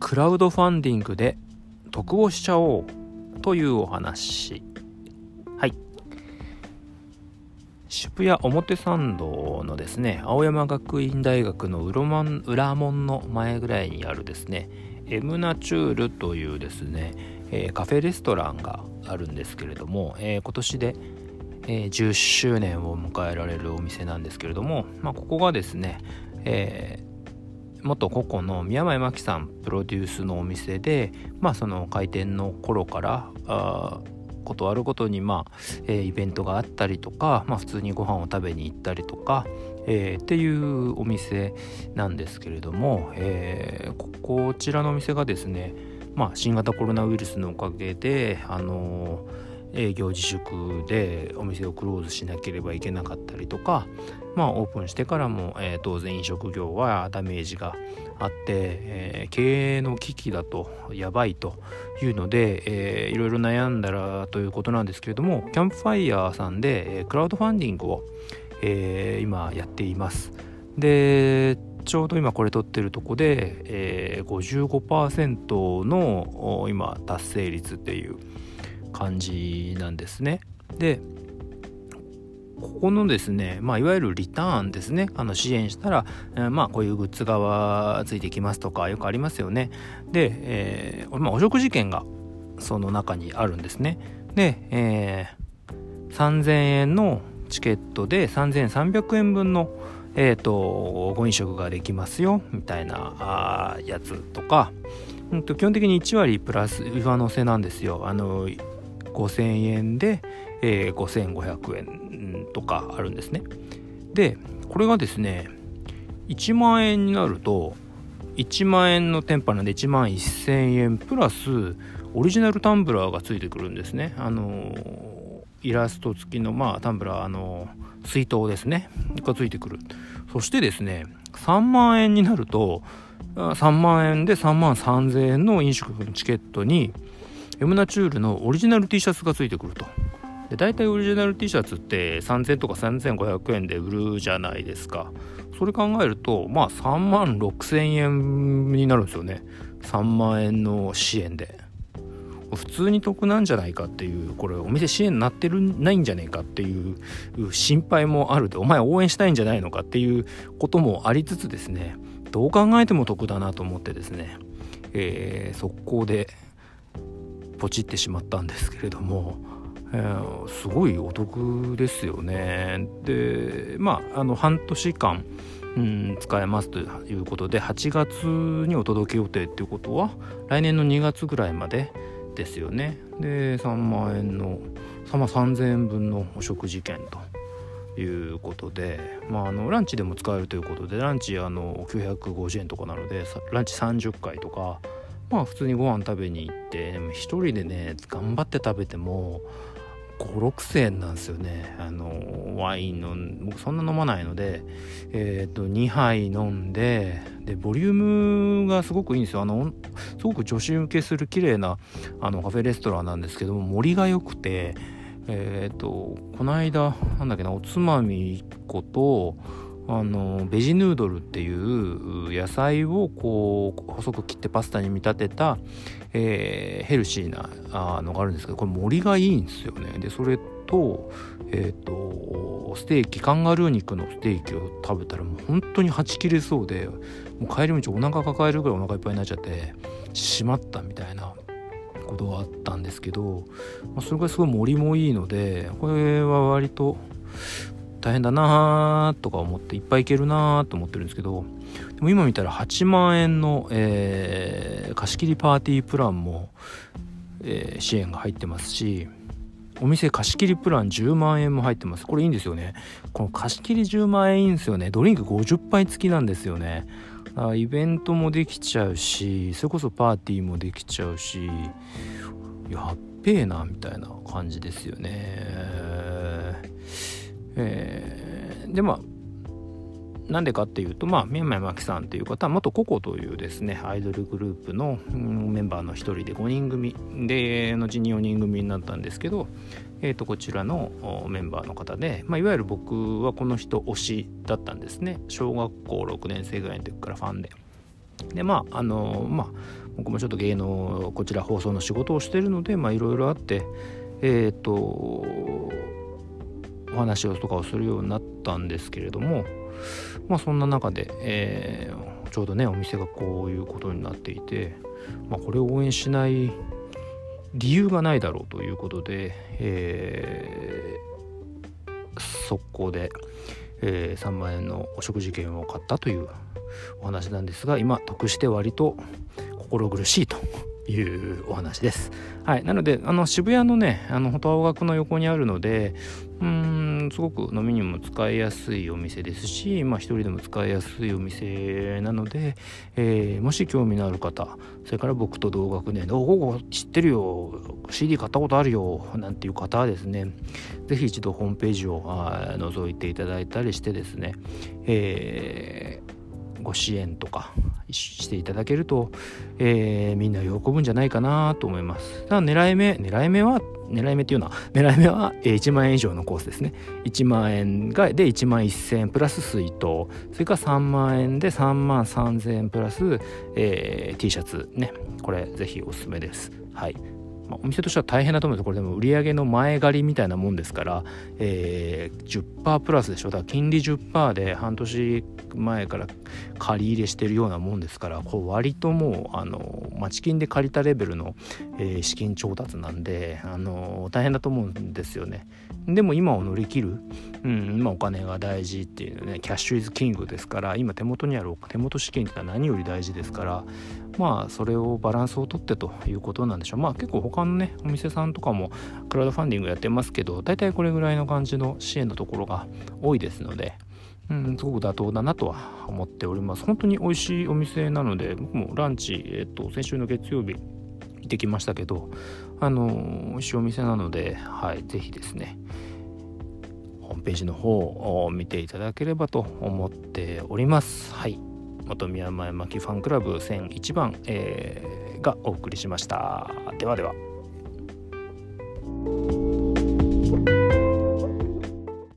クラウドファンディングで得をしちゃおうというお話。はい、渋谷表参道のですね、青山学院大学の裏門の前ぐらいにあるですね、エムナチュールというですね、カフェレストランがあるんですけれども、今年で、10周年を迎えられるお店なんですけれども、ここがですね、元ココの宮前真紀さんプロデュースのお店で、その開店の頃からことあるごとにイベントがあったりとか、普通にご飯を食べに行ったりとか、っていうお店なんですけれども、こちらのお店がですね、新型コロナウイルスのおかげで営業自粛でお店をクローズしなければいけなかったりとか、オープンしてからも、当然飲食業はダメージがあって、経営の危機だとやばいというので、いろいろ悩んだらということなんですけれども、キャンプファイヤーさんで、クラウドファンディングを、今やっています。でちょうど今これ撮ってるとこで、55% の今達成率っていう感じなんですね。でここのですね、いわゆるリターンですね、支援したら、こういうグッズがついてきますとかよくありますよね。で、お食事券がその中にあるんですね。で、3000円のチケットで3300円分のご飲食ができますよみたいなやつとか、基本的に1割プラス上乗せなんですよ。5000円で、5500円とかあるんですね。でこれがですね1万円になると1万円のテンパなんで1万1000円プラスオリジナルタンブラーがついてくるんですね。イラスト付きのタンブラー水筒ですねがついてくる。そしてですね3万円になると3万円で3万3000円の飲食のチケットにエムナチュールのオリジナル T シャツがついてくると。で大体オリジナル T シャツって3000とか3500円で売るじゃないですか。それ考えると3万6000円になるんですよね。3万円の支援で普通に得なんじゃないかっていう、これお店支援になってないんじゃないかっていう心配もあるで、お前応援したいんじゃないのかっていうこともありつつですね、どう考えても得だなと思ってですね、速攻でポチってしまったんですけれども、すごいお得ですよね。で半年間使えますということで、8月にお届け予定っていうことは来年の2月ぐらいまでですよね。で3万円の3万3000円分のお食事券ということで、ランチでも使えるということで、ランチ950円とかなのでランチ30回とか、普通にご飯食べに行って、でも一人でね頑張って食べても5,6,000円なんですよね。ワインの僕そんな飲まないので、2杯飲んで、ボリュームがすごくいいんですよ。すごく女子受けする綺麗なカフェレストランなんですけども、盛りが良くて、この間おつまみ1個とベジヌードルっていう野菜をこう細く切ってパスタに見立てた、ヘルシーなのがあるんですけど、これ盛りがいいんですよね。でそれとステーキ、カンガルー肉のステーキを食べたらもう本当にはち切れそうで、もう帰り道お腹抱えるぐらいお腹いっぱいになっちゃってしまったみたいなことがあったんですけど、それがすごい盛りもいいので、これは割と大変だなとか思っていっぱいいけるなと思ってるんですけど、でも今見たら8万円の、貸し切りパーティープランも、支援が入ってますし、お店貸し切りプラン10万円も入ってます。これいいんですよね。この貸し切り10万円いいんですよね。ドリンク50杯付きなんですよね。イベントもできちゃうし、それこそパーティーもできちゃうし、やっべえなみたいな感じですよね。でなんでかっていうと、宮前真紀さんという方は元ココというですねアイドルグループのメンバーの一人で5人組で後に4人組になったんですけど、こちらのメンバーの方で、いわゆる僕はこの人推しだったんですね。小学校6年生ぐらいの時からファンで、 僕もちょっと芸能こちら放送の仕事をしているのでいろいろあってお話をとかをするようになったんですけれども、そんな中で、ちょうどねお店がこういうことになっていて、これを応援しない理由がないだろうということで、速攻で、3万円のお食事券を買ったというお話なんですが、今得して割と心苦しいというお話です。はい、なので渋谷のね本当青学の横にあるのですごく飲みにも使いやすいお店ですし、一人でも使いやすいお店なので、もし興味のある方、それから僕と同学年でここ知ってるよ CD 買ったことあるよなんていう方はですね、ぜひ一度ホームページを覗いていただいたりしてですね、ご支援とかしていただけると、みんな喜ぶんじゃないかなと思います。ただ狙い目は1万円以上のコースですね。1万円で1万1000円プラス水筒、それから3万円で3万3000円プラス、T シャツね、これぜひおすすめです。はい。お店としては大変だと思うんです。これでも売り上げの前借りみたいなもんですから、10% プラスでしょ。だから金利 10% で半年前から借り入れしてるようなもんですから、こう割ともう町金で借りたレベルの、資金調達なんで大変だと思うんですよね。でも今を乗り切る、今お金が大事っていうね、キャッシュイズキングですから、今手元にある手元資金っていうのは何より大事ですから、それをバランスをとってということなんでしょう。結構他のねお店さんとかもクラウドファンディングやってますけど、だいたいこれぐらいの感じの支援のところが多いですので、すごく妥当だなとは思っております。本当に美味しいお店なので、僕もランチ、先週の月曜日行ってきましたけど、美味しいお店なので、ぜひですねホームページの方を見ていただければと思っております。はい、元宮前巻ファンクラブ1001番、がお送りしました。ではでは。